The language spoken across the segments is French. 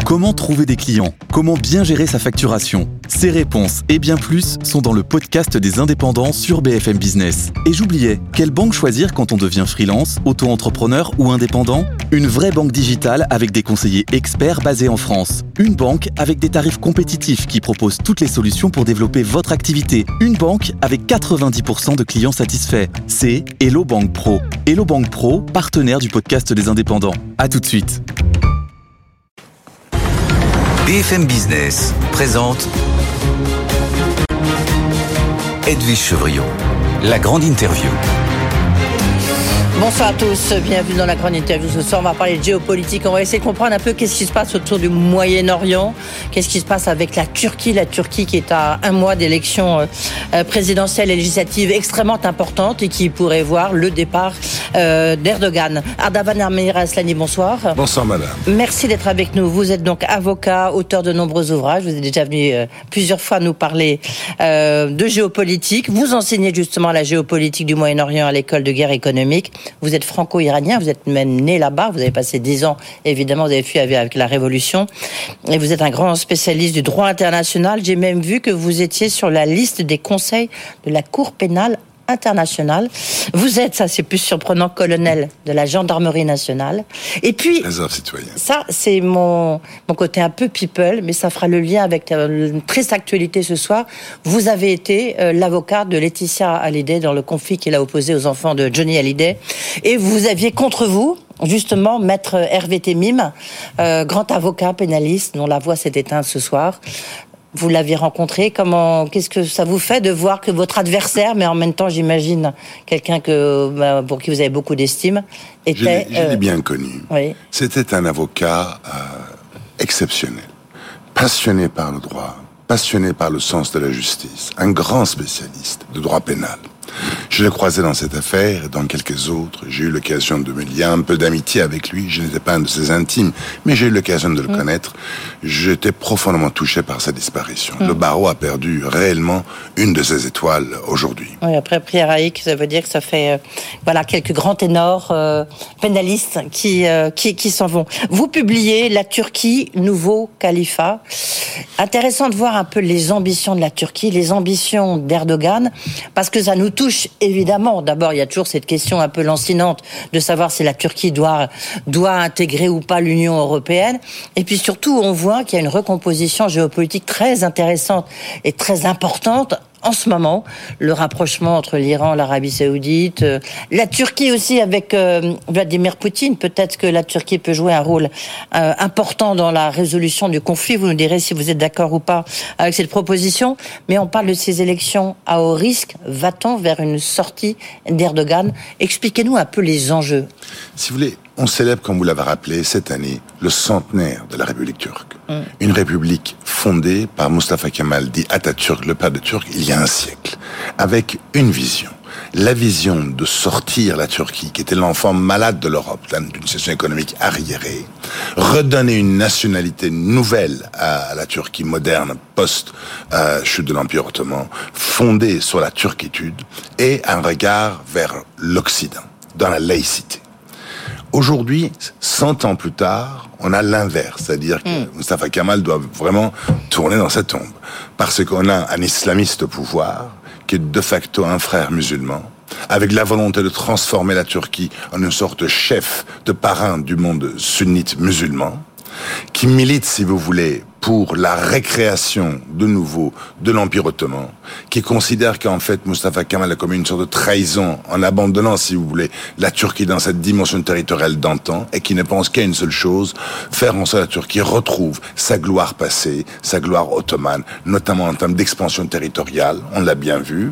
Comment trouver des clients ? Comment bien gérer sa facturation ? Ces réponses et bien plus sont dans le podcast des indépendants sur BFM Business. Et j'oubliais, quelle banque choisir quand on devient freelance, auto-entrepreneur ou indépendant ? Une vraie banque digitale avec des conseillers experts basés en France. Une banque avec des tarifs compétitifs qui propose toutes les solutions pour développer votre activité. Une banque avec 90% de clients satisfaits. C'est Hello Bank Pro. Hello Bank Pro, partenaire du podcast des indépendants. À tout de suite. BFM Business présente Edwige Chevrillon, la grande interview. Bonsoir à tous, bienvenue dans la grande interview. Ce soir, on va parler de géopolitique. On va essayer de comprendre un peu qu'est-ce qui se passe autour du Moyen-Orient. Qu'est-ce qui se passe avec la Turquie qui est à un mois d'élections présidentielles et législatives extrêmement importantes et qui pourrait voir le départ d'Erdogan. Ardavan Amir Aslani, bonsoir. Bonsoir madame. Merci d'être avec nous. Vous êtes donc avocat, auteur de nombreux ouvrages. Vous êtes déjà venu plusieurs fois nous parler de géopolitique. Vous enseignez justement la géopolitique du Moyen-Orient à l'école de guerre économique. Vous êtes franco-iranien, vous êtes même né là-bas, vous avez passé 10 ans, évidemment, vous avez fui avec la Révolution, et vous êtes un grand spécialiste du droit international. J'ai même vu que vous étiez sur la liste des conseils de la Cour pénale internationale. Vous êtes, ça c'est plus surprenant, colonel de la gendarmerie nationale. Et puis, ça c'est mon côté un peu people, mais ça fera le lien avec une triste actualité ce soir. Vous avez été l'avocat de Laetitia Hallyday dans le conflit qu'il a opposé aux enfants de Johnny Hallyday. Et vous aviez contre vous, justement, maître Hervé Temim, grand avocat pénaliste dont la voix s'est éteinte ce soir. Vous l'aviez rencontré, qu'est-ce que ça vous fait de voir que votre adversaire, mais en même temps, j'imagine, quelqu'un pour qui vous avez beaucoup d'estime, était... Je l'ai bien connu. Oui. C'était un avocat exceptionnel, passionné par le droit, passionné par le sens de la justice, un grand spécialiste de droit pénal. Je l'ai croisé dans cette affaire et dans quelques autres. J'ai eu l'occasion de me lier un peu d'amitié avec lui. Je n'étais pas un de ses intimes, mais j'ai eu l'occasion de le connaître. J'étais profondément touché par sa disparition. Le barreau a perdu réellement une de ses étoiles aujourd'hui. Oui, après prière laïque, ça veut dire que ça fait quelques grands ténors pénalistes qui s'en vont. Vous publiez La Turquie, nouveau califat. Intéressant de voir un peu les ambitions de la Turquie, les ambitions d'Erdogan, parce que ça nous touche évidemment. D'abord, il y a toujours cette question un peu lancinante de savoir si la Turquie doit intégrer ou pas l'Union européenne. Et puis surtout, on voit qu'il y a une recomposition géopolitique très intéressante et très importante en ce moment, le rapprochement entre l'Iran, l'Arabie Saoudite, la Turquie aussi avec Vladimir Poutine. Peut-être que la Turquie peut jouer un rôle important dans la résolution du conflit. Vous nous direz si vous êtes d'accord ou pas avec cette proposition. Mais on parle de ces élections à haut risque. Va-t-on vers une sortie d'Erdogan ? Expliquez-nous un peu les enjeux. Si vous voulez, on célèbre, comme vous l'avez rappelé, cette année, le centenaire de la République turque. Une république fondée par Mustafa Kemal, dit Atatürk, le père de Turc, il y a un siècle, avec une vision. La vision de sortir la Turquie, qui était l'enfant malade de l'Europe, d'une situation économique arriérée, redonner une nationalité nouvelle à la Turquie moderne, post-chute de l'Empire ottoman, fondée sur la turquitude, et un regard vers l'Occident, dans la laïcité. Aujourd'hui, 100 ans plus tard, on a l'inverse, c'est-à-dire que Mustafa Kemal doit vraiment tourner dans sa tombe, parce qu'on a un islamiste au pouvoir, qui est de facto un frère musulman, avec la volonté de transformer la Turquie en une sorte de chef, de parrain du monde sunnite musulman, qui milite, si vous voulez, pour la récréation de nouveau de l'Empire ottoman, qui considère qu'en fait Mustafa Kemal a commis une sorte de trahison en abandonnant, si vous voulez, la Turquie dans cette dimension territoriale d'antan, et qui ne pense qu'à une seule chose, faire en sorte que la Turquie retrouve sa gloire passée, sa gloire ottomane, notamment en termes d'expansion territoriale, on l'a bien vu,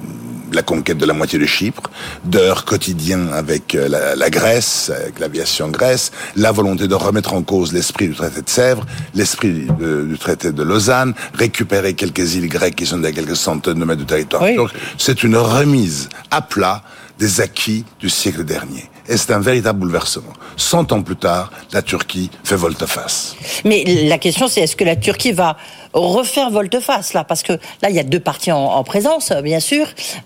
la conquête de la moitié de Chypre, d'heures quotidiens avec la Grèce, avec l'aviation grecque, la volonté de remettre en cause l'esprit du traité de Sèvres, l'esprit du traité de Lausanne, récupérer quelques îles grecques qui sont à quelques centaines de mètres de territoire turc. C'est une remise à plat des acquis du siècle dernier. Et c'est un véritable bouleversement. 100 ans plus tard, la Turquie fait volte-face. Mais la question, c'est est-ce que la Turquie va refaire volte-face là, parce que là il y a deux partis en présence, bien sûr,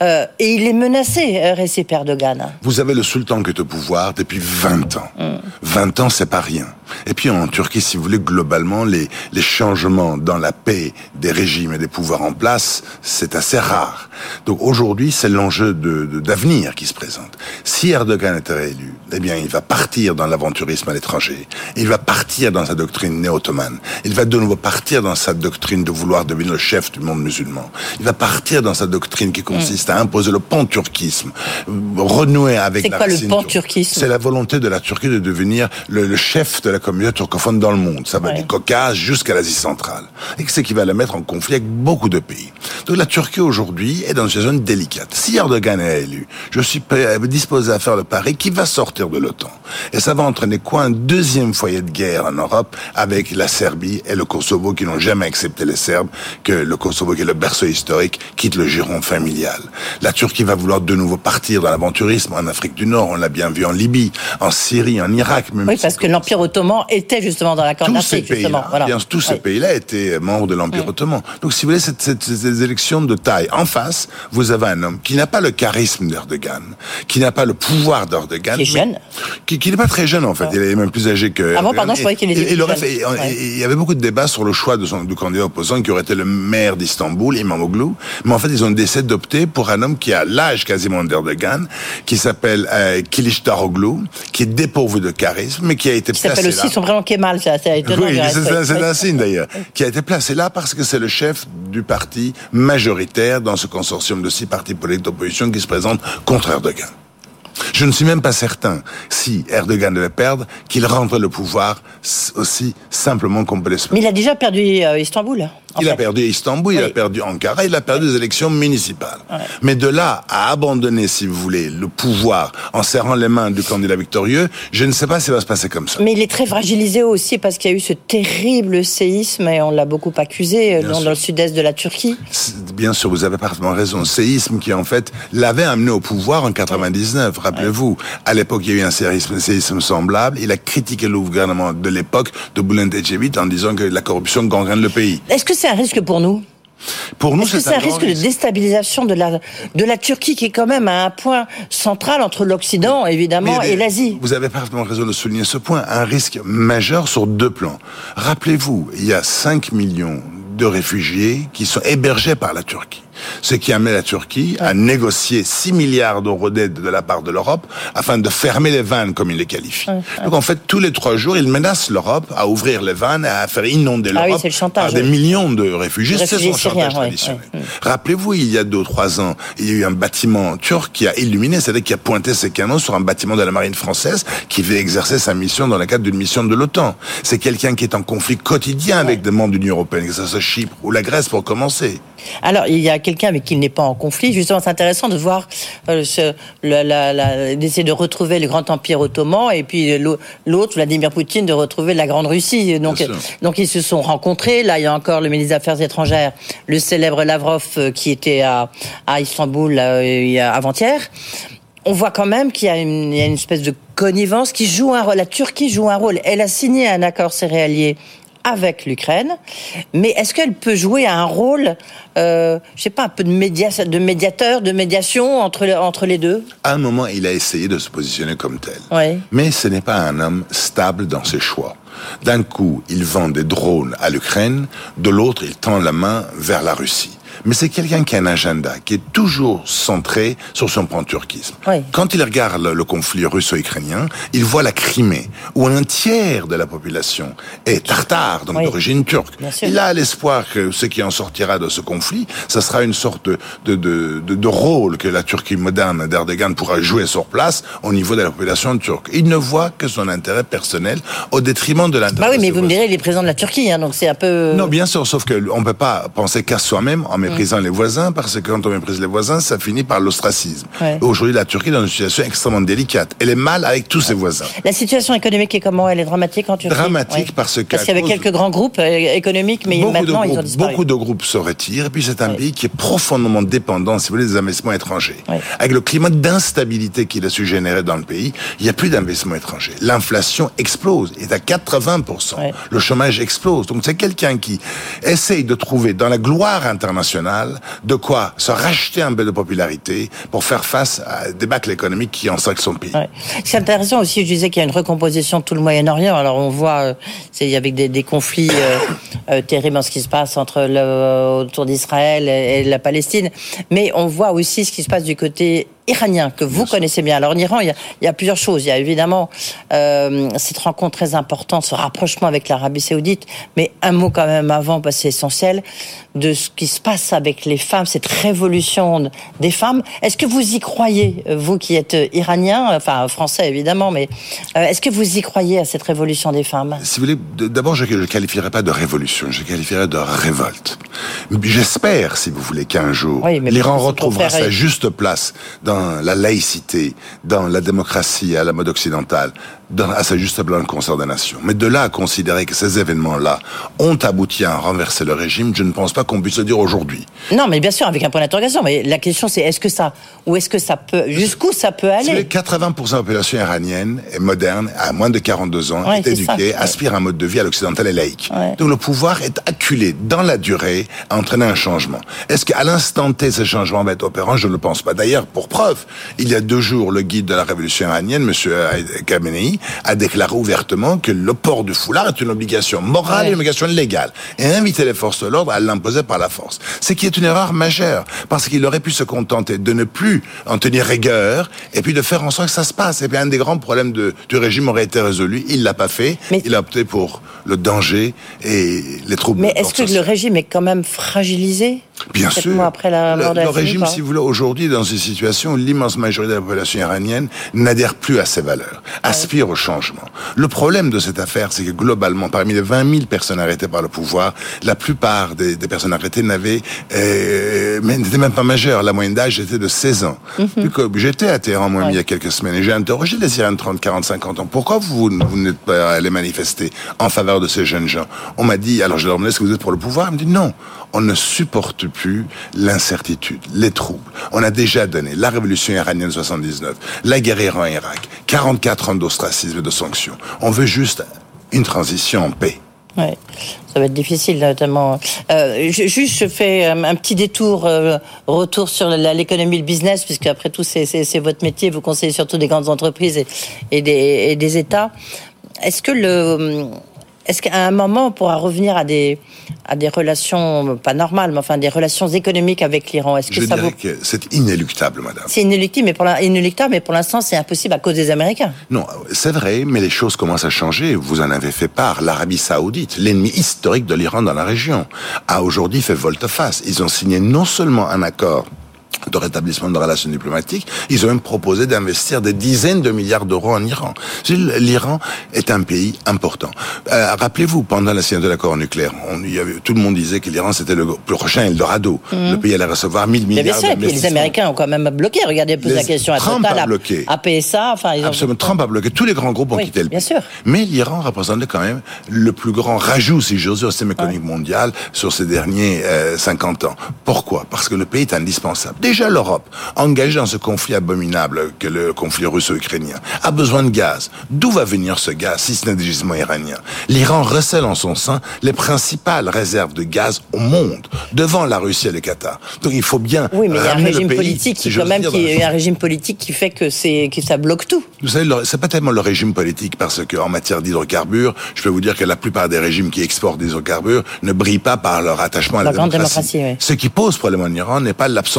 et il est menacé, Recep Erdogan. Vous avez le sultan qui est au pouvoir depuis 20 ans. 20 ans, c'est pas rien. Et puis en Turquie, si vous voulez, globalement, les changements dans la paix des régimes et des pouvoirs en place, c'est assez rare. Donc aujourd'hui, c'est l'enjeu d'avenir qui se présente. Si Erdogan est réélu, eh bien, il va partir dans l'aventurisme à l'étranger. Il va partir dans sa doctrine néo-ottomane. Il va de nouveau partir dans sa doctrine de vouloir devenir le chef du monde musulman. Il va partir dans sa doctrine qui consiste à imposer le pan-turquisme, renouer avec la racine. C'est quoi le pan-turquisme ? C'est la volonté de la Turquie de devenir le chef de la communauté turcophone dans le monde. Ça va du Caucase jusqu'à l'Asie centrale. Et c'est qui va la mettre en conflit avec beaucoup de pays. Donc la Turquie aujourd'hui est dans une situation délicate. Si Erdogan est élu, je suis disposé à faire le pari qu'il va sortir de l'OTAN. Et ça va entraîner quoi ? Un deuxième foyer de guerre en Europe avec la Serbie et le Kosovo qui n'ont jamais accepté les Serbes, que le Kosovo qui est le berceau historique quitte le giron familial. La Turquie va vouloir de nouveau partir dans l'aventurisme en Afrique du Nord. On l'a bien vu en Libye, en Syrie, en Irak. Même parce que l'Empire ottoman était justement dans la Corne d'Afrique. Tous ces pays-là étaient membres de l'Empire ottoman. Donc si vous voulez, ces élections de taille. En face, vous avez un homme qui n'a pas le charisme d'Erdogan, qui n'a pas le pouvoir d'Erdogan. Qui est jeune. Qui n'est pas très jeune en fait. Il est même plus âgé que. Ah bon, pardon, je croyais qu'il était jeune. Il y avait beaucoup de débats sur le choix du candidat opposant qui aurait été le maire d'Istanbul, Imamoglu. Mais en fait, ils ont décidé d'opter pour un homme qui a l'âge quasiment d'Erdogan, qui s'appelle Kılıçdaroğlu, qui est dépourvu de charisme, mais qui a été placé là. Qui s'appelle aussi son prénom Kemal, c'est étonnant. Oui, c'est un signe d'ailleurs. Qui a été placé là parce que c'est le chef du parti majoritaire dans ce consortium de 6 partis politiques d'opposition qui se présentent contre Erdogan. Je ne suis même pas certain, si Erdogan devait perdre, qu'il rendrait le pouvoir aussi simplement qu'on peut l'espérer. Mais il a déjà perdu Istanbul. Il a perdu Istanbul, il a perdu Ankara, il a perdu les élections municipales. Ouais. Mais de là à abandonner, si vous voulez, le pouvoir en serrant les mains du candidat victorieux, je ne sais pas si ça va se passer comme ça. Mais il est très fragilisé aussi parce qu'il y a eu ce terrible séisme, et on l'a beaucoup accusé dans le sud-est de la Turquie. Bien sûr, vous avez parfaitement raison. Séisme qui, en fait, l'avait amené au pouvoir en 99. Rappelez-vous, à l'époque, il y a eu un séisme semblable. Il a critiqué le gouvernement de l'époque de Bülent Ecevit en disant que la corruption gangrène le pays. Est-ce que c'est un risque pour nous ? Pour nous, c'est un risque de déstabilisation de la Turquie qui est quand même à un point central entre l'Occident, évidemment, et l'Asie. Vous avez parfaitement raison de souligner ce point. Un risque majeur sur 2 plans. Rappelez-vous, il y a 5 millions de réfugiés qui sont hébergés par la Turquie. Ce qui a amené la Turquie à négocier 6 milliards d'euros d'aide de la part de l'Europe afin de fermer les vannes, comme il les qualifie. Donc en fait, tous les 3 jours, il menace l'Europe à ouvrir les vannes et à faire inonder l'Europe par des millions de réfugiés. C'est son chantage traditionnel. Rappelez-vous, il y a 2 ou 3 ans, il y a eu un bâtiment turc qui a illuminé, c'est-à-dire qui a pointé ses canons sur un bâtiment de la marine française qui veut exercer sa mission dans le cadre d'une mission de l'OTAN. C'est quelqu'un qui est en conflit quotidien avec des membres de l'Union européenne, que ce soit Chypre ou la Grèce pour commencer. Alors, il y a quelqu'un avec qui il n'est pas en conflit. Justement, c'est intéressant de voir d'essayer de retrouver le grand empire ottoman et puis l'autre, Vladimir Poutine, de retrouver la grande Russie. Donc ils se sont rencontrés. Là, il y a encore le ministre des Affaires étrangères, le célèbre Lavrov, qui était à Istanbul avant-hier. On voit quand même qu'il y a une espèce de connivence qui joue un rôle. La Turquie joue un rôle. Elle a signé un accord céréalier avec l'Ukraine, mais est-ce qu'elle peut jouer un rôle, je sais pas, un peu de médiateur, de médiation entre les deux ? À un moment, il a essayé de se positionner comme tel. Oui. Mais ce n'est pas un homme stable dans ses choix. D'un coup, il vend des drones à l'Ukraine, de l'autre, il tend la main vers la Russie. Mais c'est quelqu'un qui a un agenda, qui est toujours centré sur son pan-turquisme. Oui. Quand il regarde le conflit russo-ukrainien, il voit la Crimée, où un tiers de la population est tartare, donc d'origine turque. Il a l'espoir que ce qui en sortira de ce conflit, ça sera une sorte de rôle que la Turquie moderne d'Erdogan pourra jouer sur place au niveau de la population turque. Il ne voit que son intérêt personnel au détriment de l'intérêt. Oui, mais vous me direz, il est président de la Turquie, donc c'est un peu... Non, bien sûr, sauf qu'on ne peut pas penser qu'à soi-même en méprisant les voisins, parce que quand on méprise les voisins, ça finit par l'ostracisme. Ouais. Aujourd'hui, la Turquie est dans une situation extrêmement délicate. Elle est mal avec tous ses voisins. La situation économique est comment? Elle est dramatique en Turquie? Dramatique parce qu'il y avait quelques grands groupes économiques, mais maintenant ils ont disparu. Beaucoup de groupes se retirent, et puis c'est un pays qui est profondément dépendant, si vous voulez, des investissements étrangers. Avec le climat d'instabilité qu'il a su générer dans le pays, il n'y a plus d'investissements étrangers. L'inflation explose, est à 80%. Le chômage explose. Donc c'est quelqu'un qui essaye de trouver dans la gloire internationale de quoi se racheter un peu de popularité pour faire face à des débâcle économique qui encercle son pays. C'est intéressant aussi, je disais qu'il y a une recomposition de tout le Moyen-Orient. Alors on voit, c'est avec des conflits terribles en ce qui se passe autour d'Israël et la Palestine, mais on voit aussi ce qui se passe du côté iranien, que vous connaissez bien. Alors en Iran, il y a plusieurs choses. Il y a évidemment cette rencontre très importante, ce rapprochement avec l'Arabie Saoudite, mais un mot quand même avant, parce que c'est essentiel, de ce qui se passe avec les femmes, cette révolution des femmes. Est-ce que vous y croyez, vous qui êtes iranien, enfin français évidemment, mais est-ce que vous y croyez à cette révolution des femmes? Si vous voulez, d'abord je ne qualifierais pas de révolution, je qualifierais de révolte. J'espère, si vous voulez, qu'un jour, l'Iran retrouvera sa juste place dans la laïcité, dans la démocratie à la mode occidentale, à sa juste place dans le concert des nations. Mais de là à considérer que ces événements-là ont abouti à renverser le régime, je ne pense pas qu'on puisse le dire aujourd'hui. Non, mais bien sûr, avec un point d'interrogation. Mais la question, c'est jusqu'où ça peut aller? 80% de la population iranienne est moderne, à moins de 42 ans, est éduquée, aspire à un mode de vie à l'occidental et laïque. Donc le pouvoir est acculé dans la durée à entraîner un changement. Est-ce qu'à l'instant T, ce changement va être opérant? Je ne le pense pas. D'ailleurs, pour preuve, il y a 2 jours, le guide de la révolution iranienne, M. Khamenei, a déclaré ouvertement que le port du foulard est une obligation morale et une obligation légale, et a invité les forces de l'ordre à l'imposer par la force. Ce qui est une erreur majeure, parce qu'il aurait pu se contenter de ne plus en tenir rigueur, et puis de faire en sorte que ça se passe. Et puis un des grands problèmes du régime aurait été résolu. Il l'a pas fait. Il a opté pour le danger et les troubles. Mais est-ce que le régime est quand même fragilisé? Bien sûr. Après la mort de le régime, si vous voulez, aujourd'hui, dans une situation où l'immense majorité de la population iranienne n'adhère plus à ses valeurs, aspire au changement. Le problème de cette affaire, c'est que globalement, parmi les 20 000 personnes arrêtées par le pouvoir, la plupart des personnes arrêtées n'étaient même pas majeures. La moyenne d'âge était de 16 ans. J'étais à Téhéran, moi, il y a quelques semaines, et j'ai interrogé les Iraniens de 30, 40, 50 ans. Pourquoi vous n'êtes pas allés manifester en faveur de ces jeunes gens? On m'a dit, alors je leur demandais, est-ce que vous êtes pour le pouvoir? Ils me dit non. On ne supporte plus l'incertitude, les troubles. On a déjà donné la révolution iranienne de 79, la guerre Iran-Irak, 44 ans d'ostracisme et de sanctions. On veut juste une transition en paix. Ouais, ça va être difficile, notamment. Je fais un petit détour, retour sur l'économie, le business, puisque après tout, c'est votre métier. Vous conseillez surtout des grandes entreprises et des États. Est-ce qu'à un moment, on pourra revenir à des relations, pas normales, mais enfin des relations économiques avec l'Iran? Je dirais que c'est inéluctable, madame. C'est inéluctable, mais pour l'instant, c'est impossible à cause des Américains. Non, c'est vrai, mais les choses commencent à changer. Vous en avez fait part. L'Arabie Saoudite, l'ennemi historique de l'Iran dans la région, a aujourd'hui fait volte-face. Ils ont signé non seulement un accord de rétablissement de relations diplomatiques, ils ont même proposé d'investir des dizaines de milliards d'euros en Iran. L'Iran est un pays important. Rappelez-vous, pendant la signature de l'accord nucléaire, tout le monde disait que l'Iran c'était le prochain Eldorado. Le pays allait recevoir 1000 milliards d'investissements. Mais bien sûr, et puis les Américains ont quand même bloqué. Regardez, posez la question à Total, à PSA. Enfin, absolument, Trump a bloqué. Tous les grands groupes ont quitté le pays. Bien sûr. Mais l'Iran représentait quand même le plus grand rajout, si j'ose dire, au système économique mondial sur ces derniers 50 ans. Pourquoi? Parce que le pays est indispensable. Déjà, l'Europe, engagée dans ce conflit abominable que le conflit russo-ukrainien, a besoin de gaz. D'où va venir ce gaz, si ce n'est des gisements iraniens? L'Iran recèle en son sein les principales réserves de gaz au monde, devant la Russie et le Qatar. Donc il faut bien mais il y a un régime politique un régime politique qui fait que ça bloque tout. Vous savez, c'est pas tellement le régime politique, parce que en matière d'hydrocarbures, je peux vous dire que la plupart des régimes qui exportent des hydrocarbures ne brillent pas par leur attachement à la démocratie. Ce qui pose problème en Iran n'est pas l'absence de la démocratie,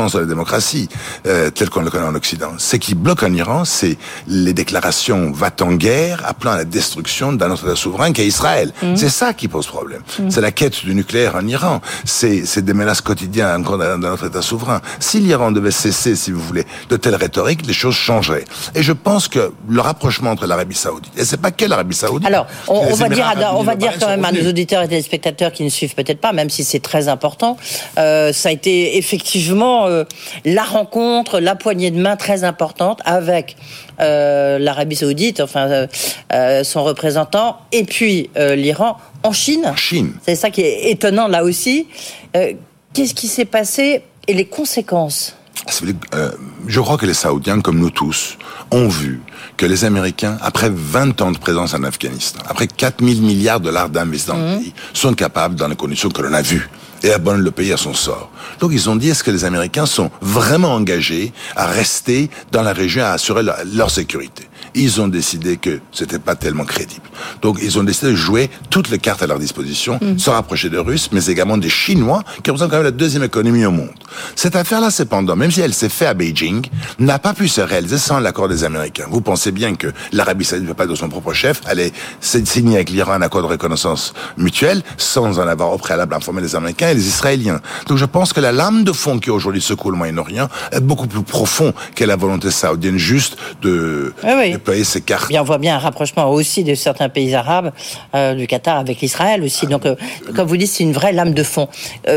démocratie tel qu'on le connaît en Occident. Ce qui bloque en Iran, c'est les déclarations va-t-en-guerre appelant à la destruction d'un autre État souverain qu'est Israël. C'est ça qui pose problème. C'est la quête du nucléaire en Iran. C'est des menaces quotidiennes encore d'un autre État souverain. Si l'Iran devait cesser, si vous voulez, de telle rhétorique, les choses changeraient. Et je pense que le rapprochement entre l'Arabie Saoudite, et c'est pas que l'Arabie Saoudite. Alors, on va dire quand même à nos auditeurs et téléspectateurs qui ne suivent peut-être pas, même si c'est très important, ça a été effectivement la rencontre, la poignée de main très importante avec l'Arabie Saoudite, enfin son représentant, et puis l'Iran en Chine. En Chine. C'est ça qui est étonnant là aussi. Qu'est-ce qui s'est passé et les conséquences ? Je crois que les Saoudiens, comme nous tous, ont vu que les Américains, après 20 ans de présence en Afghanistan, après 4 000 milliards de dollars d'investissements dans le pays, sont capables, dans les conditions que l'on a vues, et abandonnent le pays à son sort. Donc ils ont dit, est-ce que les Américains sont vraiment engagés à rester dans la région, à assurer leur sécurité ? Ils ont décidé que c'était pas tellement crédible. Donc ils ont décidé de jouer toutes les cartes à leur disposition, se rapprocher des Russes, mais également des Chinois, qui représentent quand même la deuxième économie au monde. Cette affaire-là, cependant, même si elle s'est faite à Beijing, n'a pas pu se réaliser sans l'accord des Américains. Vous pensez bien que l'Arabie Saoudite ne peut pas de son propre chef aller signer avec l'Iran un accord de reconnaissance mutuelle sans en avoir au préalable informé les Américains et les Israéliens. Donc je pense que la lame de fond qui aujourd'hui secoue le Moyen-Orient est beaucoup plus profond que la volonté saoudienne juste de déployer ses cartes. Et on voit bien un rapprochement aussi de certains pays arabes, du Qatar avec l'Israël aussi. Donc, comme vous dites, c'est une vraie lame de fond.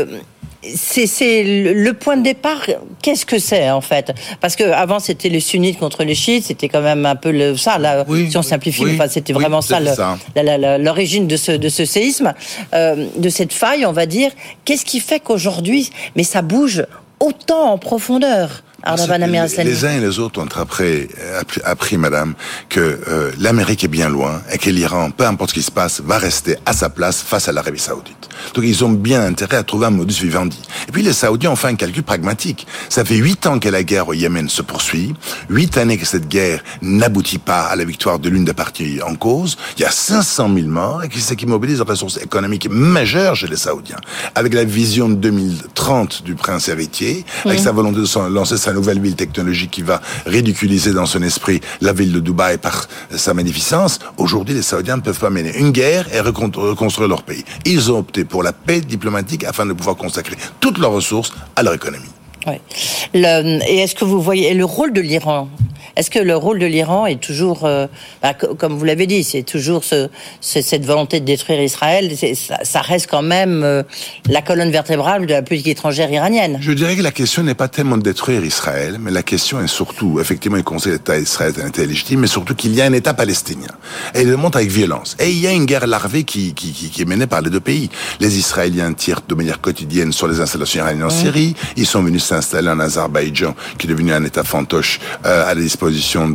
C'est le point de départ. Qu'est-ce que c'est en fait ? Parce que avant c'était les sunnites contre les chiites, c'était quand même un peu ça. Là, si on simplifie, enfin c'était vraiment ça l'origine de ce séisme, de cette faille, on va dire. Qu'est-ce qui fait qu'aujourd'hui, mais ça bouge autant en profondeur ? Les uns et les autres ont appris, madame, que l'Amérique est bien loin et que l'Iran, peu importe ce qui se passe, va rester à sa place face à l'Arabie Saoudite. Donc ils ont bien intérêt à trouver un modus vivendi. Et puis les Saoudiens ont fait un calcul pragmatique. Ça fait 8 ans que la guerre au Yémen se poursuit, 8 années que cette guerre n'aboutit pas à la victoire de l'une des parties en cause. Il y a 500 000 morts et ce qui mobilise une ressource économique majeure chez les Saoudiens. Avec la vision de 2030 du prince héritier, avec sa volonté de lancer sa nouvelle ville technologique qui va ridiculiser dans son esprit la ville de Dubaï par sa magnificence. Aujourd'hui, les Saoudiens ne peuvent pas mener une guerre et reconstruire leur pays. Ils ont opté pour la paix diplomatique afin de pouvoir consacrer toutes leurs ressources à leur économie. Oui. Et est-ce que vous voyez le rôle de l'Iran ? Est-ce que le rôle de l'Iran est toujours, comme vous l'avez dit, c'est toujours cette volonté de détruire Israël, ça reste quand même la colonne vertébrale de la politique étrangère iranienne. Je dirais que la question n'est pas tellement de détruire Israël, mais la question est surtout, effectivement, il considère l'État Israël est un État légitime, mais surtout qu'il y a un État palestinien. Et il le montre avec violence. Et il y a une guerre larvée qui est menée par les deux pays. Les Israéliens tirent de manière quotidienne sur les installations iraniennes en Syrie. Ils sont venus s'installer en Azerbaïdjan, qui est devenu un État fantoche à la disposition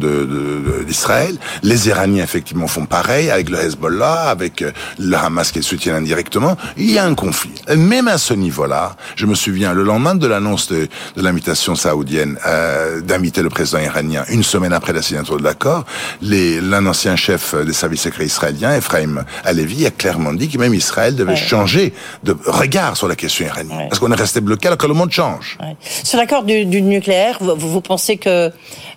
d'Israël. Les Iraniens, effectivement, font pareil avec le Hezbollah, avec le Hamas qui les soutient indirectement. Il y a un conflit. Même à ce niveau-là, je me souviens, le lendemain de l'annonce de l'invitation saoudienne d'inviter le président iranien, une semaine après la signature de l'accord, l'un ancien chef des services secrets israéliens, Ephraim Halevi, a clairement dit que même Israël devait changer de regard sur la question iranienne. Parce qu'on est resté bloqué alors que le monde change. Sur l'accord du nucléaire, vous pensez que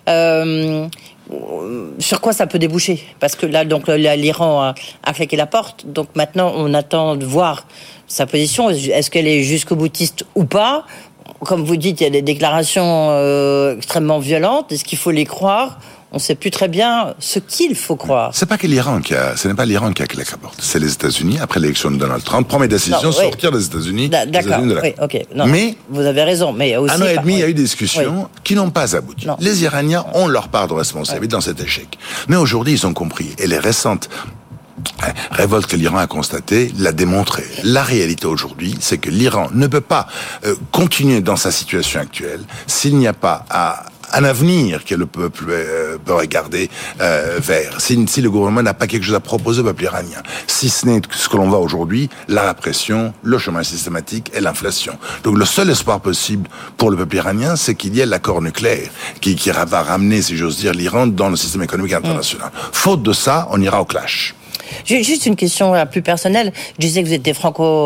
sur quoi ça peut déboucher ? Parce que là, donc l'Iran a claqué la porte. Donc maintenant, on attend de voir sa position. Est-ce qu'elle est jusqu'au boutiste ou pas ? Comme vous dites, il y a des déclarations extrêmement violentes. Est-ce qu'il faut les croire ? On ne sait plus très bien ce qu'il faut croire. Ce n'est pas l'Iran qui a claqué la porte. C'est les États-Unis, après l'élection de Donald Trump, première décision, sortir des États-Unis. D'accord, oui, ok. Non, mais vous avez raison, mais aussi... Un an et demi, il y a eu des discussions qui n'ont pas abouti. Les Iraniens ont leur part de responsabilité dans cet échec. Mais aujourd'hui, ils ont compris. Et les récentes révolte que l'Iran a constatée l'a démontré. La réalité aujourd'hui, c'est que l'Iran ne peut pas continuer dans sa situation actuelle s'il n'y a pas un avenir que le peuple peut regarder vers. Si le gouvernement n'a pas quelque chose à proposer au peuple iranien. Si ce n'est ce que l'on voit aujourd'hui, la répression, le chômage systématique et l'inflation. Donc le seul espoir possible pour le peuple iranien, c'est qu'il y ait l'accord nucléaire qui va ramener, si j'ose dire, l'Iran dans le système économique international. Faute de ça, on ira au clash. Juste une question plus personnelle. Je disais que vous étiez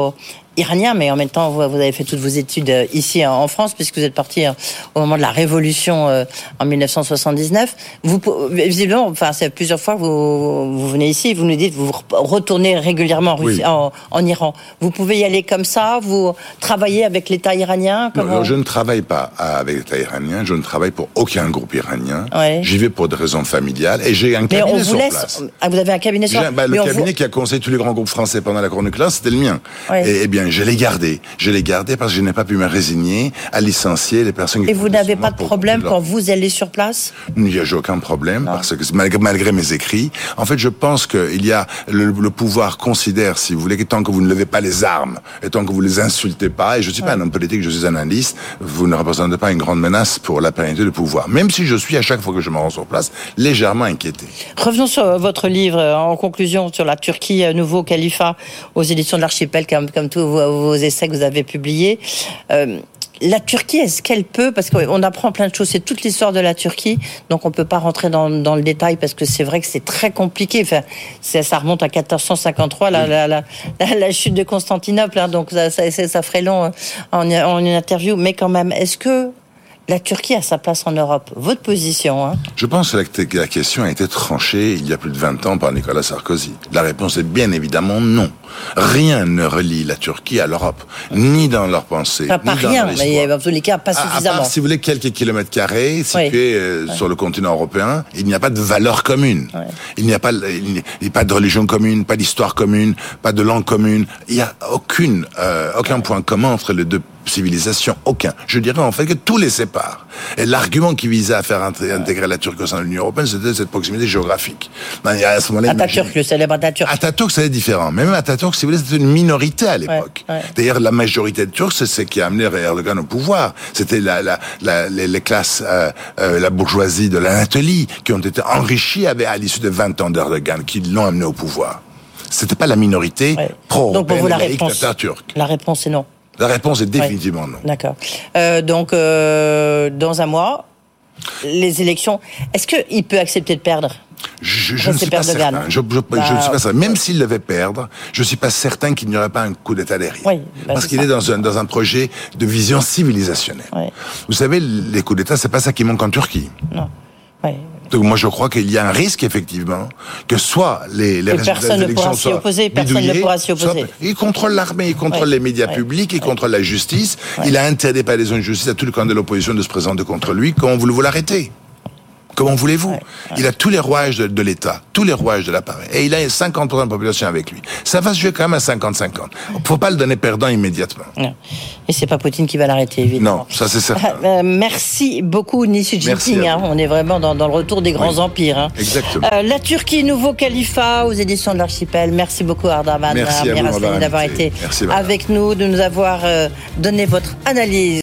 iranien, mais en même temps, vous avez fait toutes vos études ici en France, puisque vous êtes parti au moment de la Révolution en 1979. Visiblement, enfin, c'est plusieurs fois que vous venez ici, vous nous dites, vous retournez régulièrement en Iran. Vous pouvez y aller comme ça, vous travaillez avec l'État iranien? Non, je ne travaille pas avec l'État iranien, je ne travaille pour aucun groupe iranien. Ouais. J'y vais pour des raisons familiales et j'ai un cabinet sur place. Ah, vous avez un cabinet sur place? Le cabinet qui a conseillé tous les grands groupes français pendant la Cour nucléaire, c'était le mien. Ouais. Et bien, je l'ai gardé. Je l'ai gardé parce que je n'ai pas pu me résigner à licencier les personnes qui... Et vous n'avez pas de problème quand vous allez sur place? Il n'y a aucun problème, parce que malgré mes écrits, en fait, je pense qu'il y a le pouvoir considère, si vous voulez, que tant que vous ne levez pas les armes, et tant que vous les insultez pas, et je ne suis pas un homme politique, je suis analyste, vous ne représentez pas une grande menace pour la pérennité du pouvoir. Même si je suis, à chaque fois que je me rends sur place, légèrement inquiété. Revenons sur votre livre, en conclusion, sur la Turquie, nouveau califat, aux éditions de l'Archipel, comme tous vos essais que vous avez publiés. La Turquie, est-ce qu'elle peut, parce qu'on apprend plein de choses, c'est toute l'histoire de la Turquie, donc on ne peut pas rentrer dans le détail, parce que c'est vrai que c'est très compliqué. Enfin, ça remonte à 1453, la chute de Constantinople, hein, donc ça ferait long en une interview, mais quand même, est-ce que la Turquie a sa place en Europe? Votre position, hein? Je pense que la question a été tranchée il y a plus de 20 ans par Nicolas Sarkozy. La réponse est bien évidemment non. Rien ne relie la Turquie à l'Europe, ni dans leur pensée, pas rien, mais dans tous les cas, pas suffisamment. À part, si vous voulez, quelques kilomètres carrés situés sur le continent européen, il n'y a pas de valeurs communes. Ouais. Il n'y a pas de religion commune, pas d'histoire commune, pas de langue commune. Il n'y a aucun point commun entre les deux civilisations, aucun. Je dirais en fait que tout les sépare. Et l'argument qui visait à faire intégrer la Turquie au sein de l'Union européenne, c'était cette proximité géographique. Atatürk, le célèbre Atatürk. Atatürk, c'était différent. Même Atatürk, si vous voulez, c'était une minorité à l'époque. Ouais. D'ailleurs, la majorité de Turcs, c'est ce qui a amené Erdogan au pouvoir. C'était les classes, la bourgeoisie de l'Anatolie, qui ont été enrichies à l'issue de 20 ans d'Erdogan, qui l'ont amené au pouvoir. C'était pas la minorité pro-européenne laïque d'Atatürk. La réponse est non. La réponse est définitivement non. D'accord. Donc, dans un mois, les élections, est-ce qu'il peut accepter de perdre? Je ne suis pas certain. Je ne suis pas certain. Même s'il devait perdre, je ne suis pas certain qu'il n'y aurait pas un coup d'État derrière. Oui, parce qu'il est dans un projet de vision civilisationnelle. Oui. Vous savez, les coups d'État, c'est pas ça qui manque en Turquie. Non. Oui. Donc moi je crois qu'il y a un risque effectivement que soit les résultats des élections soient personne ne pourra s'y opposer. Il contrôle l'armée, il contrôle les médias publics, il contrôle la justice. Il a interdit par les zones de justice à tout le camp de l'opposition de se présenter contre lui. Comment voulez-vous l'arrêter? Comment voulez-vous? Il a tous les rouages de l'État, tous les rouages de l'appareil. Et il a 50% de la population avec lui. Ça va se jouer quand même à 50-50. Il ne faut pas le donner perdant immédiatement. Non. Et c'est pas Poutine qui va l'arrêter, évidemment. Non, ça c'est certain. Merci beaucoup, Xi Jinping. On est vraiment dans le retour des grands empires. Hein. Exactement. La Turquie, nouveau califat aux éditions de l'Archipel. Merci beaucoup, Ardaman. Merci à vous d'avoir été avec nous, de nous avoir donné votre analyse.